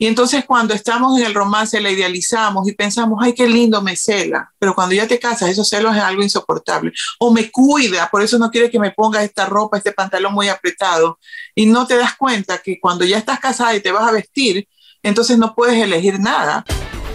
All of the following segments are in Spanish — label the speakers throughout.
Speaker 1: Y entonces cuando estamos en el romance la idealizamos y pensamos, ay, qué lindo, me cela. Pero cuando ya te casas, esos celos es algo insoportable. O me cuida, por eso no quiere que me ponga esta ropa, este pantalón muy apretado. Y no te das cuenta que cuando ya estás casada y te vas a vestir, entonces no puedes elegir nada.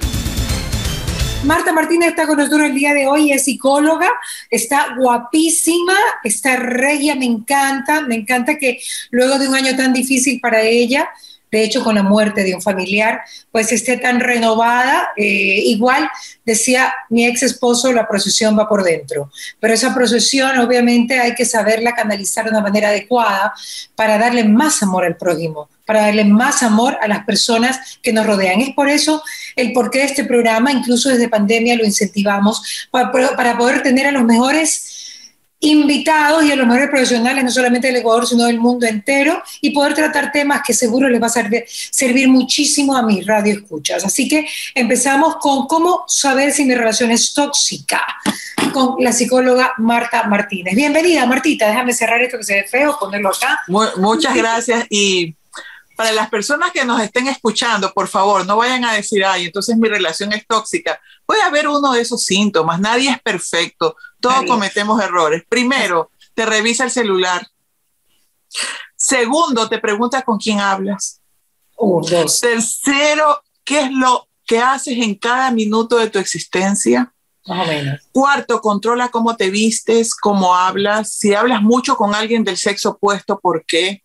Speaker 2: Marta Martínez está con nosotros el día de hoy, es psicóloga, está guapísima, está regia, me encanta que luego de un año tan difícil para ella, de hecho con la muerte de un familiar, pues esté tan renovada. Igual decía mi ex esposo, la procesión va por dentro, pero esa procesión obviamente hay que saberla canalizar de una manera adecuada para darle más amor al prójimo, para darle más amor a las personas que nos rodean. Es por eso el porqué de este programa, incluso desde pandemia lo incentivamos, para poder tener a los mejores invitados y a los mejores profesionales, no solamente del Ecuador, sino del mundo entero, y poder tratar temas que seguro les va a servir muchísimo a mis radioescuchas. Así que empezamos con cómo saber si mi relación es tóxica, con la psicóloga Marta Martínez. Bienvenida, Martita, déjame cerrar esto que se ve feo, ponerlo acá.
Speaker 1: Muchas gracias. Y para las personas que nos estén escuchando, por favor, no vayan a decir, ay, entonces mi relación es tóxica. Puede haber uno de esos síntomas, nadie es perfecto, todos cometemos errores. Primero, te revisa el celular. Segundo, te pregunta con quién hablas.
Speaker 2: Dos.
Speaker 1: Tercero, ¿qué es lo que haces en cada minuto de tu existencia?
Speaker 2: Más o menos.
Speaker 1: Cuarto, controla cómo te vistes, cómo hablas. Si hablas mucho con alguien del sexo opuesto, ¿por qué?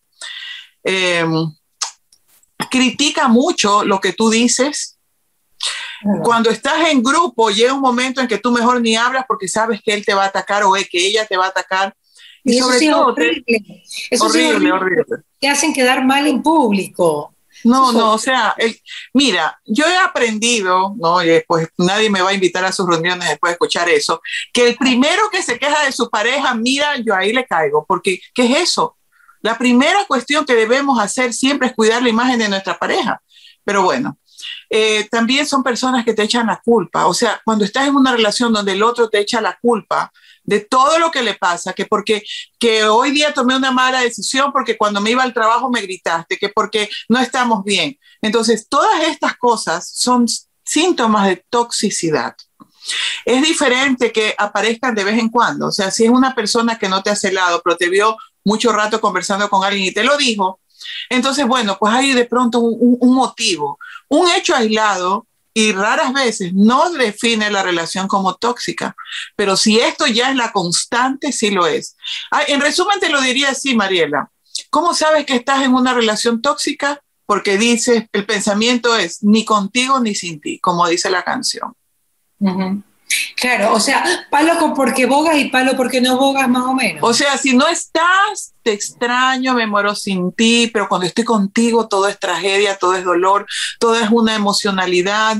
Speaker 1: Critica mucho lo que tú dices. Cuando estás en grupo, llega un momento en que tú mejor ni hablas porque sabes que él te va a atacar o que ella te va a atacar.
Speaker 2: Y sobre sí, todo, horrible. Eso horrible. Te hacen quedar mal en público.
Speaker 1: No, o sea, mira, yo he aprendido, ¿no? Y pues nadie me va a invitar a sus reuniones después de escuchar eso, que el primero que se queja de su pareja, mira, yo ahí le caigo, porque ¿qué es eso? La primera cuestión que debemos hacer siempre es cuidar la imagen de nuestra pareja. Pero bueno, también son personas que te echan la culpa. O sea, cuando estás en una relación donde el otro te echa la culpa de todo lo que le pasa, que hoy día tomé una mala decisión porque cuando me iba al trabajo me gritaste, que porque no estamos bien. Entonces, todas estas cosas son síntomas de toxicidad. Es diferente que aparezcan de vez en cuando. O sea, si es una persona que no te ha celado, pero te vio mucho rato conversando con alguien y te lo dijo, entonces, bueno, pues hay de pronto un motivo. Un hecho aislado y raras veces no define la relación como tóxica, pero si esto ya es la constante, sí lo es. En resumen, te lo diría así, Mariela. ¿Cómo sabes que estás en una relación tóxica? Porque dices, el pensamiento es ni contigo ni sin ti, como dice la canción.
Speaker 2: Uh-huh. Claro, o sea, palo porque bogas y palo porque no bogas, más o menos.
Speaker 1: O sea, si no estás, te extraño, me muero sin ti, pero cuando estoy contigo todo es tragedia, todo es dolor, todo es una emocionalidad.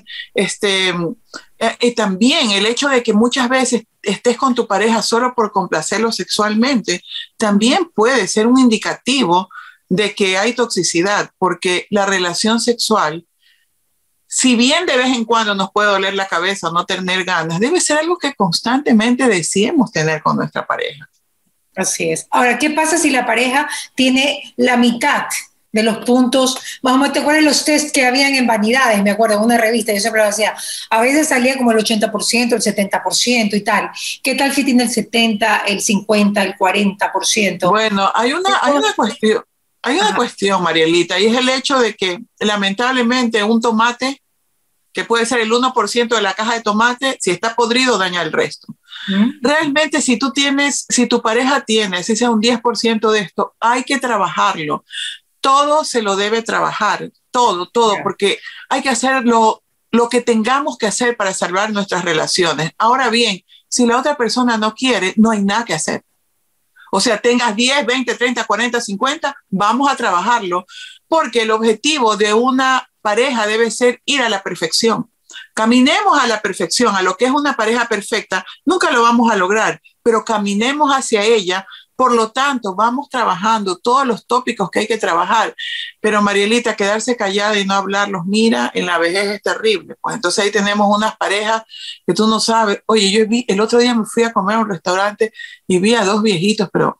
Speaker 1: También el hecho de que muchas veces estés con tu pareja solo por complacerlo sexualmente, también puede ser un indicativo de que hay toxicidad, porque la relación sexual, si bien de vez en cuando nos puede doler la cabeza o no tener ganas, debe ser algo que constantemente deseemos tener con nuestra pareja.
Speaker 2: Así es. Ahora, ¿qué pasa si la pareja tiene la mitad de los puntos? Más o menos, ¿te acuerdas los test que habían en Vanidades? Me acuerdo, en una revista, yo siempre lo hacía. A veces salía como el 80%, el 70% y tal. ¿Qué tal si tiene el 70%, el 50%, el 40%?
Speaker 1: Bueno, hay una cuestión. Hay una cuestión, Marielita, y es el hecho de que lamentablemente un tomate, que puede ser el 1% de la caja de tomate, si está podrido daña el resto. Realmente si tu pareja tiene, si sea un 10% de esto, hay que trabajarlo. Todo se lo debe trabajar, todo, porque hay que hacer lo que tengamos que hacer para salvar nuestras relaciones. Ahora bien, si la otra persona no quiere, no hay nada que hacer. O sea, tengas 10, 20, 30, 40, 50, vamos a trabajarlo, porque el objetivo de una pareja debe ser ir a la perfección. Caminemos a la perfección, a lo que es una pareja perfecta, nunca lo vamos a lograr, pero caminemos hacia ella. Por lo tanto, vamos trabajando todos los tópicos que hay que trabajar. Pero Marielita, quedarse callada y no hablarlos, mira, en la vejez es terrible. Pues entonces ahí tenemos unas parejas que tú no sabes. Oye, el otro día me fui a comer a un restaurante y vi a dos viejitos, pero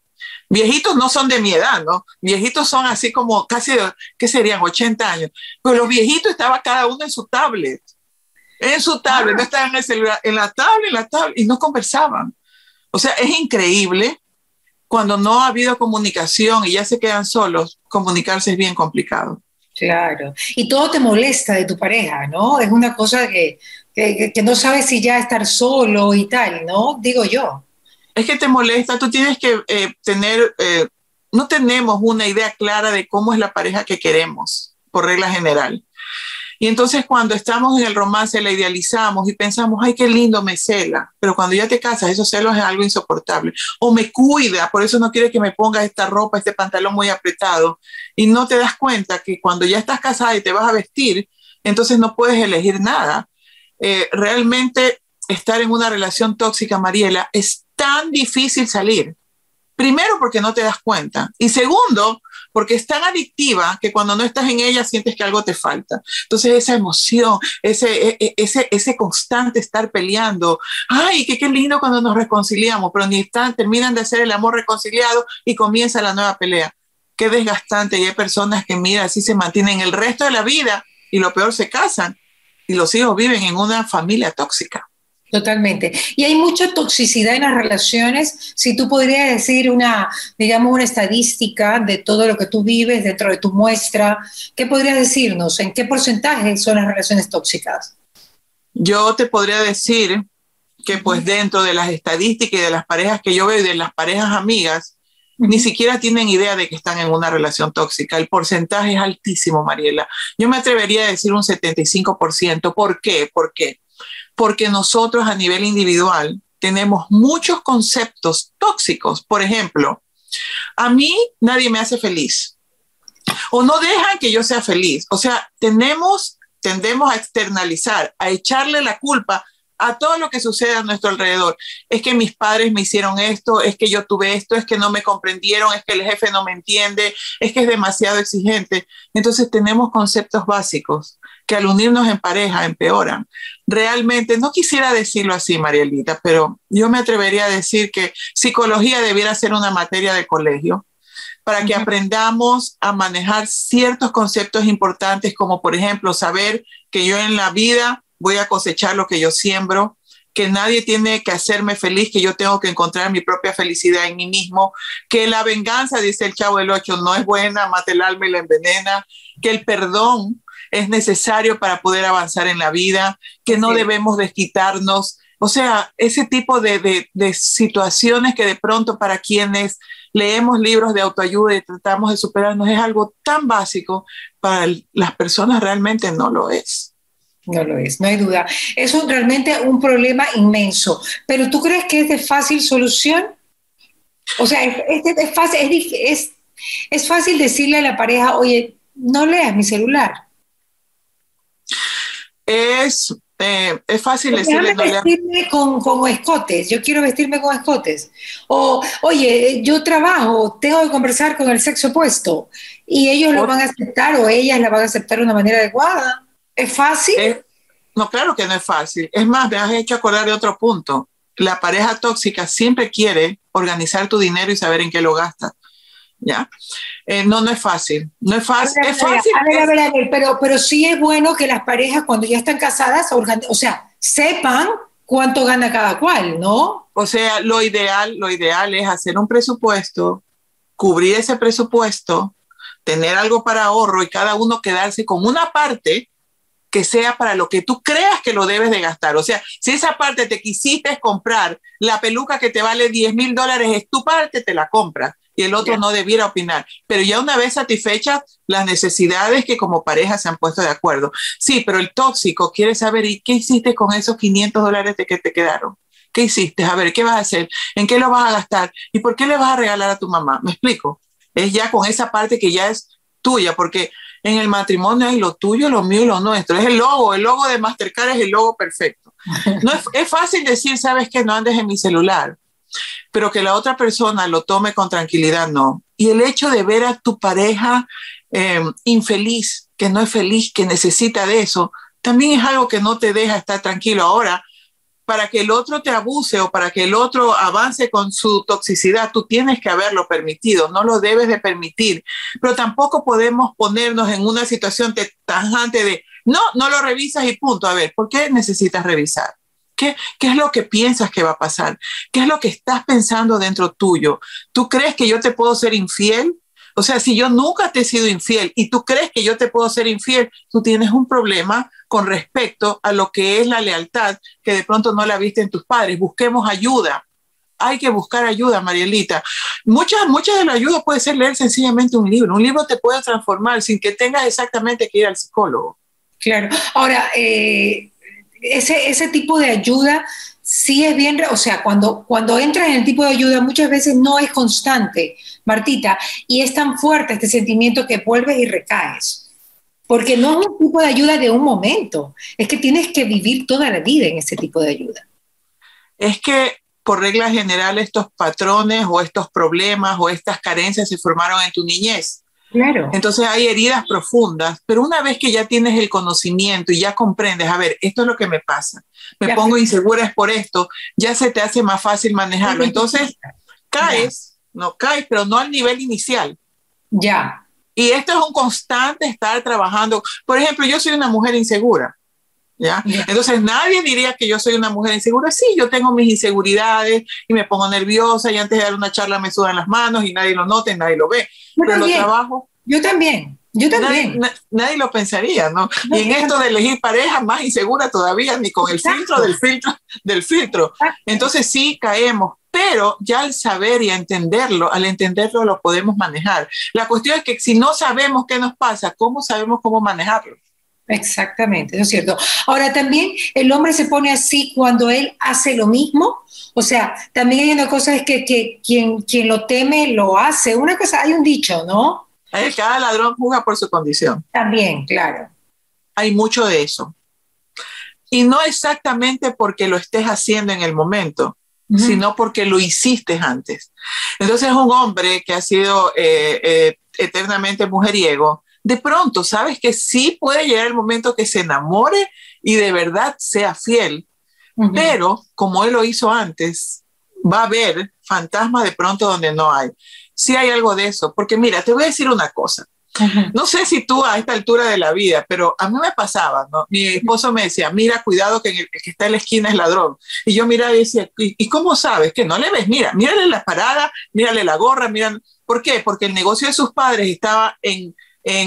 Speaker 1: Viejitos no son de mi edad, ¿no? Viejitos son así como casi, ¿qué serían? 80 años. Pero los viejitos estaban cada uno en su tablet. En su tablet, no estaban en el celular, en la tablet, y no conversaban. O sea, es increíble cuando no ha habido comunicación y ya se quedan solos, comunicarse es bien complicado.
Speaker 2: Claro. Y todo te molesta de tu pareja, ¿no? Es una cosa que no sabes si ya estar solo y tal, ¿no? Digo yo.
Speaker 1: Es que te molesta, tú tienes que no tenemos una idea clara de cómo es la pareja que queremos, por regla general. Y entonces cuando estamos en el romance la idealizamos y pensamos, ay, qué lindo, me cela. Pero cuando ya te casas, esos celos es algo insoportable. O me cuida, por eso no quiere que me ponga esta ropa, este pantalón muy apretado. Y no te das cuenta que cuando ya estás casada y te vas a vestir, entonces no puedes elegir nada. Realmente estar en una relación tóxica, Mariela, es tan difícil salir. Primero, porque no te das cuenta. Y segundo, porque es tan adictiva que cuando no estás en ella sientes que algo te falta. Entonces esa emoción, ese constante estar peleando, ay, qué lindo cuando nos reconciliamos, pero ni terminan de hacer el amor reconciliado y comienza la nueva pelea. Qué desgastante. Y hay personas que, mira, así se mantienen el resto de la vida y lo peor, se casan y los hijos viven en una familia tóxica.
Speaker 2: Totalmente. Y hay mucha toxicidad en las relaciones. Si tú podrías decir digamos, una estadística de todo lo que tú vives dentro de tu muestra, ¿qué podrías decirnos? ¿En qué porcentaje son las relaciones tóxicas?
Speaker 1: Yo te podría decir que pues dentro de las estadísticas y de las parejas que yo veo y de las parejas amigas, ni siquiera tienen idea de que están en una relación tóxica. El porcentaje es altísimo, Mariela. Yo me atrevería a decir un 75%. ¿Por qué? ¿Por qué? Porque nosotros a nivel individual tenemos muchos conceptos tóxicos. Por ejemplo, a mí nadie me hace feliz o no dejan que yo sea feliz. O sea, tendemos a externalizar, a echarle la culpa a todo lo que sucede a nuestro alrededor. Es que mis padres me hicieron esto, es que yo tuve esto, es que no me comprendieron, es que el jefe no me entiende, es que es demasiado exigente. Entonces tenemos conceptos básicos que al unirnos en pareja empeoran. Realmente, no quisiera decirlo así, Marielita, pero yo me atrevería a decir que psicología debiera ser una materia de colegio para que aprendamos a manejar ciertos conceptos importantes, como por ejemplo saber que yo en la vida voy a cosechar lo que yo siembro, que nadie tiene que hacerme feliz, que yo tengo que encontrar mi propia felicidad en mí mismo, que la venganza, dice el Chavo del Ocho, no es buena, mata el alma y la envenena, que el perdón es necesario para poder avanzar en la vida, que no debemos desquitarnos. O sea, ese tipo de situaciones que de pronto para quienes leemos libros de autoayuda y tratamos de superarnos es algo tan básico, para las personas realmente no lo es.
Speaker 2: No lo es, no hay duda. Es realmente un problema inmenso. Pero ¿tú crees que es de fácil solución? O sea, es fácil decirle a la pareja, oye, no leas mi celular.
Speaker 1: Es fácil decirle.
Speaker 2: Déjame vestirme con escotes, yo quiero vestirme con escotes. O, oye, yo trabajo, tengo que conversar con el sexo opuesto. Y ellos lo van a aceptar o ellas la van a aceptar de una manera adecuada. ¿Es fácil?
Speaker 1: No, claro que no es fácil. Es más, me has hecho acordar de otro punto. La pareja tóxica siempre quiere organizar tu dinero y saber en qué lo gastas. ¿Ya? No es fácil. No es fácil. Es fácil.
Speaker 2: A ver, pero sí es bueno que las parejas cuando ya están casadas, sepan cuánto gana cada cual, ¿no?
Speaker 1: O sea, lo ideal es hacer un presupuesto, cubrir ese presupuesto, tener algo para ahorro y cada uno quedarse con una parte que sea para lo que tú creas que lo debes de gastar. O sea, si esa parte te quisiste comprar la peluca que te vale $10,000, es tu parte, te la compras y el otro no debiera opinar. Pero ya una vez satisfechas las necesidades que como pareja se han puesto de acuerdo. Sí, pero el tóxico quiere saber, ¿y qué hiciste con esos $500 de que te quedaron? ¿Qué hiciste? A ver, ¿qué vas a hacer? ¿En qué lo vas a gastar? ¿Y por qué le vas a regalar a tu mamá? ¿Me explico? Es ya con esa parte que ya es tuya, porque en el matrimonio hay lo tuyo, lo mío y lo nuestro. Es el logo de Mastercard es el logo perfecto. No es fácil decir, sabes que no andes en mi celular, pero que la otra persona lo tome con tranquilidad, no. Y el hecho de ver a tu pareja infeliz, que no es feliz, que necesita de eso, también es algo que no te deja estar tranquilo. Ahora, para que el otro te abuse o para que el otro avance con su toxicidad, tú tienes que haberlo permitido, no lo debes de permitir, pero tampoco podemos ponernos en una situación tajante de, no lo revisas y punto. A ver, ¿por qué necesitas revisar? ¿Qué es lo que piensas que va a pasar? ¿Qué es lo que estás pensando dentro tuyo? ¿Tú crees que yo te puedo ser infiel? O sea, si yo nunca te he sido infiel y tú crees que yo te puedo ser infiel, tú tienes un problema con respecto a lo que es la lealtad, que de pronto no la viste en tus padres. Busquemos ayuda. Hay que buscar ayuda, Marielita. Muchas de la ayuda puede ser leer sencillamente un libro. Un libro te puede transformar sin que tengas exactamente que ir al psicólogo.
Speaker 2: Claro. Ahora, ese tipo de ayuda sí es bien, o sea, cuando entras en el tipo de ayuda muchas veces no es constante, Martita, y es tan fuerte este sentimiento que vuelves y recaes, porque no es un tipo de ayuda de un momento, es que tienes que vivir toda la vida en ese tipo de ayuda.
Speaker 1: Es que por regla general estos patrones o estos problemas o estas carencias se formaron en tu niñez.
Speaker 2: Claro.
Speaker 1: Entonces hay heridas profundas, pero una vez que ya tienes el conocimiento y ya comprendes, a ver, esto es lo que me pasa, me pongo insegura es por esto, ya se te hace más fácil manejarlo. Entonces caes, pero no al nivel inicial.
Speaker 2: Ya.
Speaker 1: Y esto es un constante estar trabajando. Por ejemplo, yo soy una mujer insegura. ¿Ya? Entonces nadie diría que yo soy una mujer insegura. Sí, yo tengo mis inseguridades y me pongo nerviosa y antes de dar una charla me sudan las manos y nadie lo nota y nadie lo ve. Pero lo trabajo.
Speaker 2: Yo también.
Speaker 1: Nadie lo pensaría, ¿no? Y en esto de elegir pareja, más insegura todavía, ni con el del filtro. Entonces sí caemos, pero ya al saber y al entenderlo lo podemos manejar. La cuestión es que si no sabemos qué nos pasa, ¿cómo sabemos cómo manejarlo?
Speaker 2: Exactamente, eso es cierto. Ahora también el hombre se pone así cuando él hace lo mismo, o sea, también hay una cosa es que quien lo teme lo hace, una cosa, hay un dicho, ¿no?
Speaker 1: Cada ladrón juzga por su condición.
Speaker 2: También, claro.
Speaker 1: Hay mucho de eso. Y no exactamente porque lo estés haciendo en el momento, sino porque lo hiciste antes. Entonces un hombre que ha sido eternamente mujeriego, de pronto sabes que sí puede llegar el momento que se enamore y de verdad sea fiel, pero como él lo hizo antes, va a haber fantasmas de pronto donde no hay. Sí hay algo de eso, porque mira, te voy a decir una cosa. No sé si tú a esta altura de la vida, pero a mí me pasaba, ¿no? Mi esposo me decía, mira, cuidado que el que está en la esquina es ladrón. Y yo miraba y decía, ¿y cómo sabes? Que no le ves, mírale la parada, mírale la gorra, mira. ¿Por qué? Porque el negocio de sus padres estaba en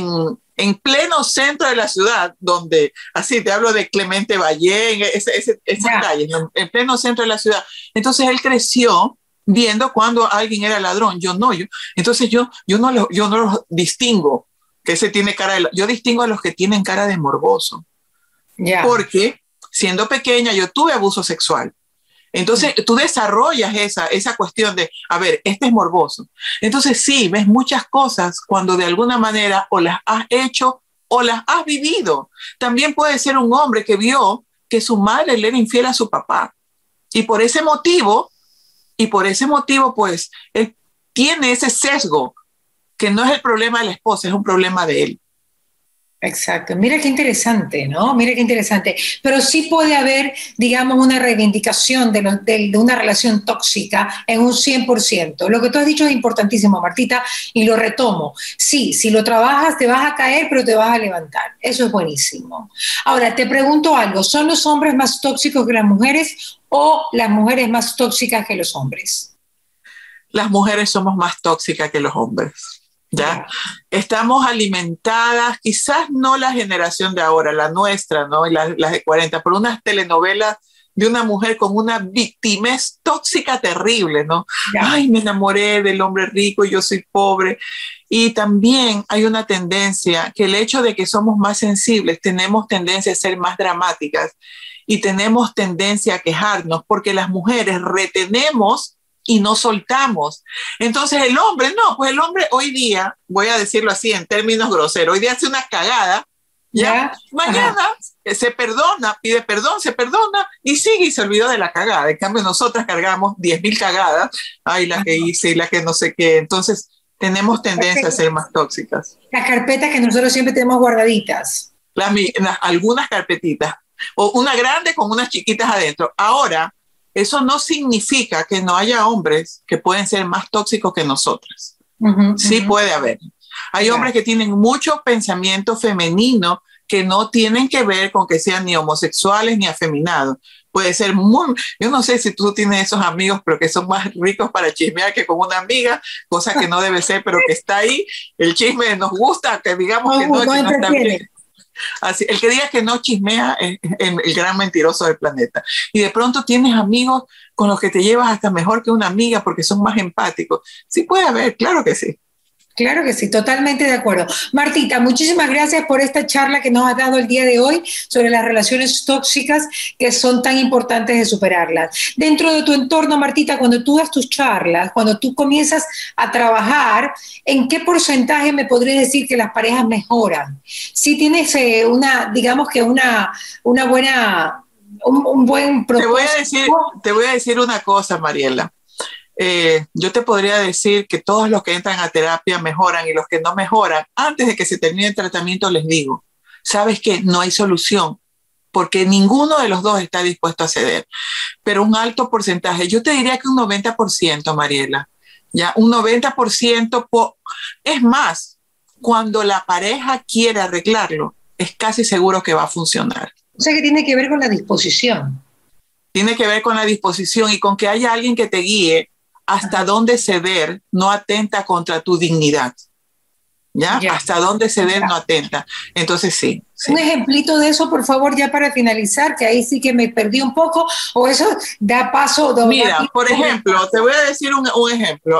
Speaker 1: pleno centro de la ciudad, donde, así te hablo de Clemente Ballén, esas calles, ¿no? En pleno centro de la ciudad. Entonces él creció viendo cuando alguien era ladrón. Entonces yo no los distingo, que ese tiene yo distingo a los que tienen cara de morboso. Porque siendo pequeña yo tuve abuso sexual. Entonces tú desarrollas esa cuestión de, a ver, este es morboso. Entonces sí, ves muchas cosas cuando de alguna manera o las has hecho o las has vivido. También puede ser un hombre que vio que su madre le era infiel a su papá. Y por ese motivo, pues, él tiene ese sesgo, que no es el problema de la esposa, es un problema de él.
Speaker 2: Exacto. Mira qué interesante, ¿no? Mira qué interesante. Pero sí puede haber, digamos, una reivindicación de una relación tóxica en un 100%. Lo que tú has dicho es importantísimo, Martita, y lo retomo. Sí, si lo trabajas te vas a caer, pero te vas a levantar. Eso es buenísimo. Ahora, te pregunto algo. ¿Son los hombres más tóxicos que las mujeres o las mujeres más tóxicas que los hombres?
Speaker 1: Las mujeres somos más tóxicas que los hombres. ¿Ya? Estamos alimentadas, quizás no la generación de ahora, la nuestra, ¿no? Y las de 40, por unas telenovelas de una mujer con una victimez tóxica terrible, ¿no? Ya. Ay, me enamoré del hombre rico y yo soy pobre. Y también hay una tendencia que el hecho de que somos más sensibles, tenemos tendencia a ser más dramáticas y tenemos tendencia a quejarnos porque las mujeres retenemos y no soltamos. Entonces el hombre, pues el hombre hoy día, voy a decirlo así en términos groseros, hoy día hace una cagada, ¿ya? Mañana se perdona, pide perdón, se perdona y sigue y se olvidó de la cagada. En cambio nosotras cargamos 10,000 cagadas, ay, la que hice y la que no sé qué. Entonces tenemos tendencia a ser más tóxicas.
Speaker 2: Las carpetas que nosotros siempre tenemos guardaditas.
Speaker 1: Algunas carpetitas. o una grande con unas chiquitas adentro. Ahora, eso no significa que no haya hombres que pueden ser más tóxicos que nosotras. Sí puede haber. Hay hombres que tienen mucho pensamiento femenino que no tienen que ver con que sean ni homosexuales ni afeminados. Puede ser yo no sé si tú tienes esos amigos, pero que son más ricos para chismear que con una amiga, cosa que no debe ser, pero que está ahí. El chisme nos gusta, que digamos que no está bien. Así, el que diga que no chismea es el gran mentiroso del planeta. Y de pronto tienes amigos con los que te llevas hasta mejor que una amiga porque son más empáticos. Sí puede haber, claro que sí.
Speaker 2: Claro que sí, totalmente de acuerdo. Martita, muchísimas gracias por esta charla que nos has dado el día de hoy sobre las relaciones tóxicas que son tan importantes de superarlas. Dentro de tu entorno, Martita, cuando tú das tus charlas, cuando tú comienzas a trabajar, ¿en qué porcentaje me podrías decir que las parejas mejoran? Si tienes digamos que una buena, un buen propósito.
Speaker 1: Te voy a decir una cosa, Mariela. Yo te podría decir que todos los que entran a terapia mejoran y los que no mejoran, antes de que se termine el tratamiento les digo, sabes que no hay solución porque ninguno de los dos está dispuesto a ceder, pero un alto porcentaje, yo te diría que un 90%, Mariela, ya un 90%, es más, cuando la pareja quiere arreglarlo, es casi seguro que va a funcionar.
Speaker 2: O sea que tiene que ver con la disposición.
Speaker 1: Tiene que ver con la disposición y con que haya alguien que te guíe hasta dónde ceder no atenta contra tu dignidad. ¿Ya? Hasta dónde ceder no atenta. Entonces sí.
Speaker 2: Un ejemplito de eso, por favor, ya para finalizar, que ahí sí que me perdí un poco, o eso da paso.
Speaker 1: Mira, por ejemplo, te voy a decir un ejemplo.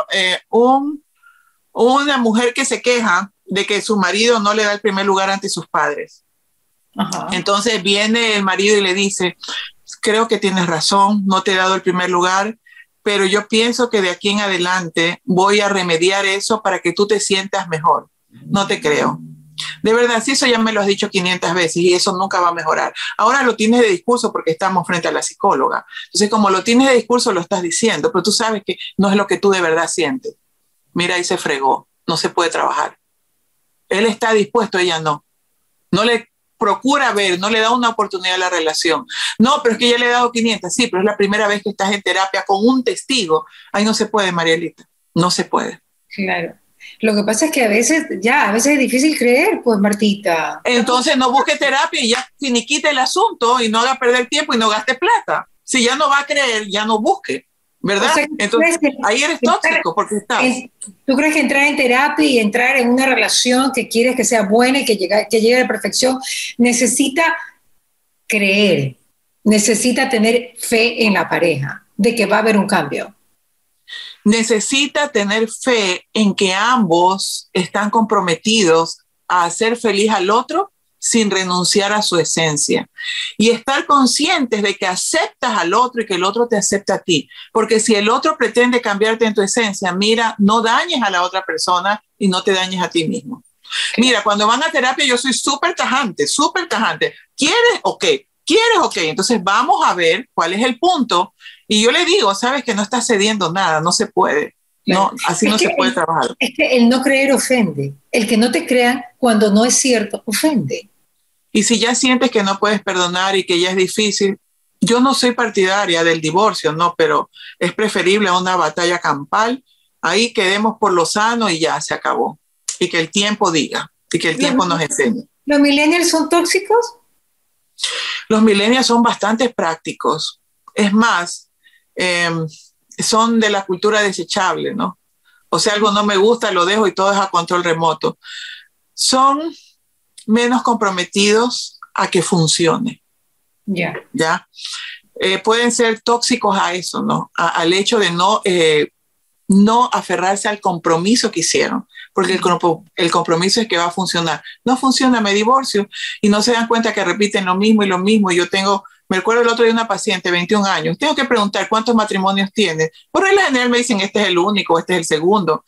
Speaker 1: Una mujer que se queja de que su marido no le da el primer lugar ante sus padres. Ajá. Entonces viene el marido y le dice, creo que tienes razón, no te he dado el primer lugar, pero yo pienso que de aquí en adelante voy a remediar eso para que tú te sientas mejor. No te creo. De verdad, si eso ya me lo has dicho 500 veces y eso nunca va a mejorar. Ahora lo tienes de discurso porque estamos frente a la psicóloga. Entonces, como lo tienes de discurso, lo estás diciendo, pero tú sabes que no es lo que tú de verdad sientes. Mira, ahí se fregó. No se puede trabajar. Él está dispuesto, ella no. No le procura ver, no le da una oportunidad a la relación. No, pero es que ya le he dado 500. Sí, pero es la primera vez que estás en terapia con un testigo. Ahí no se puede, Marielita. No se puede.
Speaker 2: Claro. Lo que pasa es que a veces es difícil creer, pues, Martita.
Speaker 1: Entonces no busque terapia y ya finiquite el asunto y no haga perder tiempo y no gaste plata. Si ya no va a creer, ya no busque, ¿verdad? O sea, entonces ahí eres tóxico porque estás.
Speaker 2: ¿Tú crees que entrar en terapia y entrar en una relación que quieres que sea buena y que llegue a la perfección necesita creer, necesita tener fe en la pareja de que va a haber un cambio?
Speaker 1: Necesita tener fe en que ambos están comprometidos a hacer feliz al otro sin renunciar a su esencia y estar conscientes de que aceptas al otro y que el otro te acepta a ti, porque si el otro pretende cambiarte en tu esencia, mira, no dañes a la otra persona y no te dañes a ti mismo. Mira, cuando van a terapia yo soy súper tajante. ¿Quieres? Ok. ¿Quieres? Ok. Entonces vamos a ver cuál es el punto. Y yo le digo, sabes que no estás cediendo nada, no se puede. No, así no se puede trabajar.
Speaker 2: Es que el no creer ofende. El que no te crean cuando no es cierto ofende.
Speaker 1: Y si ya sientes que no puedes perdonar y que ya es difícil, yo no soy partidaria del divorcio, no, pero es preferible a una batalla campal. Ahí quedemos por lo sano y ya se acabó. Y que el tiempo diga, y que el tiempo nos enseñe.
Speaker 2: ¿Los millennials son tóxicos?
Speaker 1: Los millennials son bastante prácticos. Es más, son de la cultura desechable, ¿no? O sea, algo no me gusta, lo dejo y todo es a control remoto. Son menos comprometidos a que funcione. ¿Ya? Pueden ser tóxicos a eso, ¿no? Al hecho de no aferrarse al compromiso que hicieron, porque el compromiso es que va a funcionar. No funciona, me divorcio, y no se dan cuenta que repiten lo mismo y lo mismo. Me acuerdo el otro día de una paciente, 21 años, tengo que preguntar cuántos matrimonios tiene. Por regla general me dicen, este es el único, este es el segundo.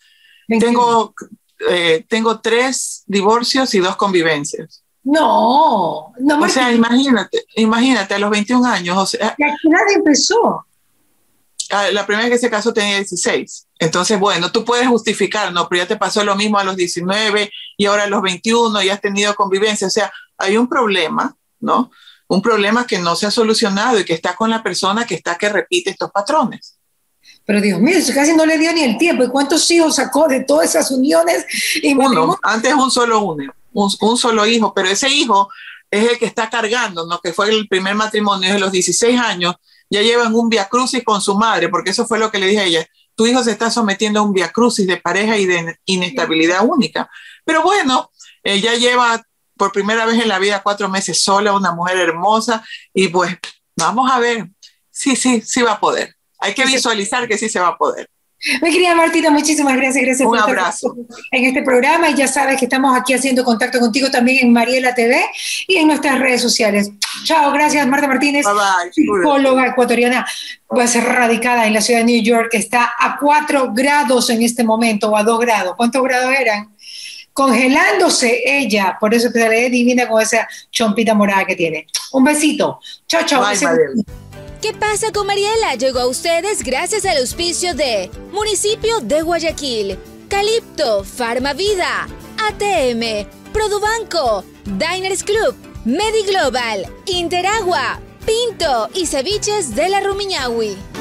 Speaker 1: Tengo 3 divorcios y 2 convivencias.
Speaker 2: No.
Speaker 1: O sea, imagínate, a los 21 años. O sea,
Speaker 2: ¿y a qué edad empezó?
Speaker 1: La primera vez que se casó tenía 16. Entonces, bueno, tú puedes justificar, ¿no? Pero ya te pasó lo mismo a los 19 y ahora a los 21 y has tenido convivencia. O sea, hay un problema, ¿no? un problema que no se ha solucionado y que está con la persona que repite estos patrones.
Speaker 2: Pero Dios mío, casi no le dio ni el tiempo. ¿Y cuántos hijos sacó de todas esas uniones? Y
Speaker 1: uno, antes un solo hijo, pero ese hijo es el que está cargando, ¿no? Que fue el primer matrimonio de los 16 años, ya llevan un viacrucis con su madre, porque eso fue lo que le dije a ella. Tu hijo se está sometiendo a un viacrucis de pareja y de inestabilidad única. Pero bueno, ella lleva por primera vez en la vida 4 meses sola, una mujer hermosa, y pues vamos a ver. Sí va a poder. Hay que visualizar que sí se va a poder.
Speaker 2: Mi querida Martina, muchísimas gracias.
Speaker 1: Un abrazo.
Speaker 2: En este programa, y ya sabes que estamos aquí haciendo contacto contigo también en Mariela TV y en nuestras redes sociales. Chao, gracias Marta Martínez,
Speaker 1: bye,
Speaker 2: psicóloga ecuatoriana, pues radicada en la ciudad de New York, que está a 4 grados en este momento, o a 2 grados. ¿Cuántos grados eran? Congelándose ella, por eso que se le ve divina con esa chompita morada que tiene. Un besito. Chao.
Speaker 1: Bye,
Speaker 3: ¿Qué pasa con Mariela? Llegó a ustedes gracias al auspicio de Municipio de Guayaquil, Calipto, Farmavida, ATM, Produbanco, Diners Club, Mediglobal, Interagua, Pinto y Ceviches de la Rumiñahui.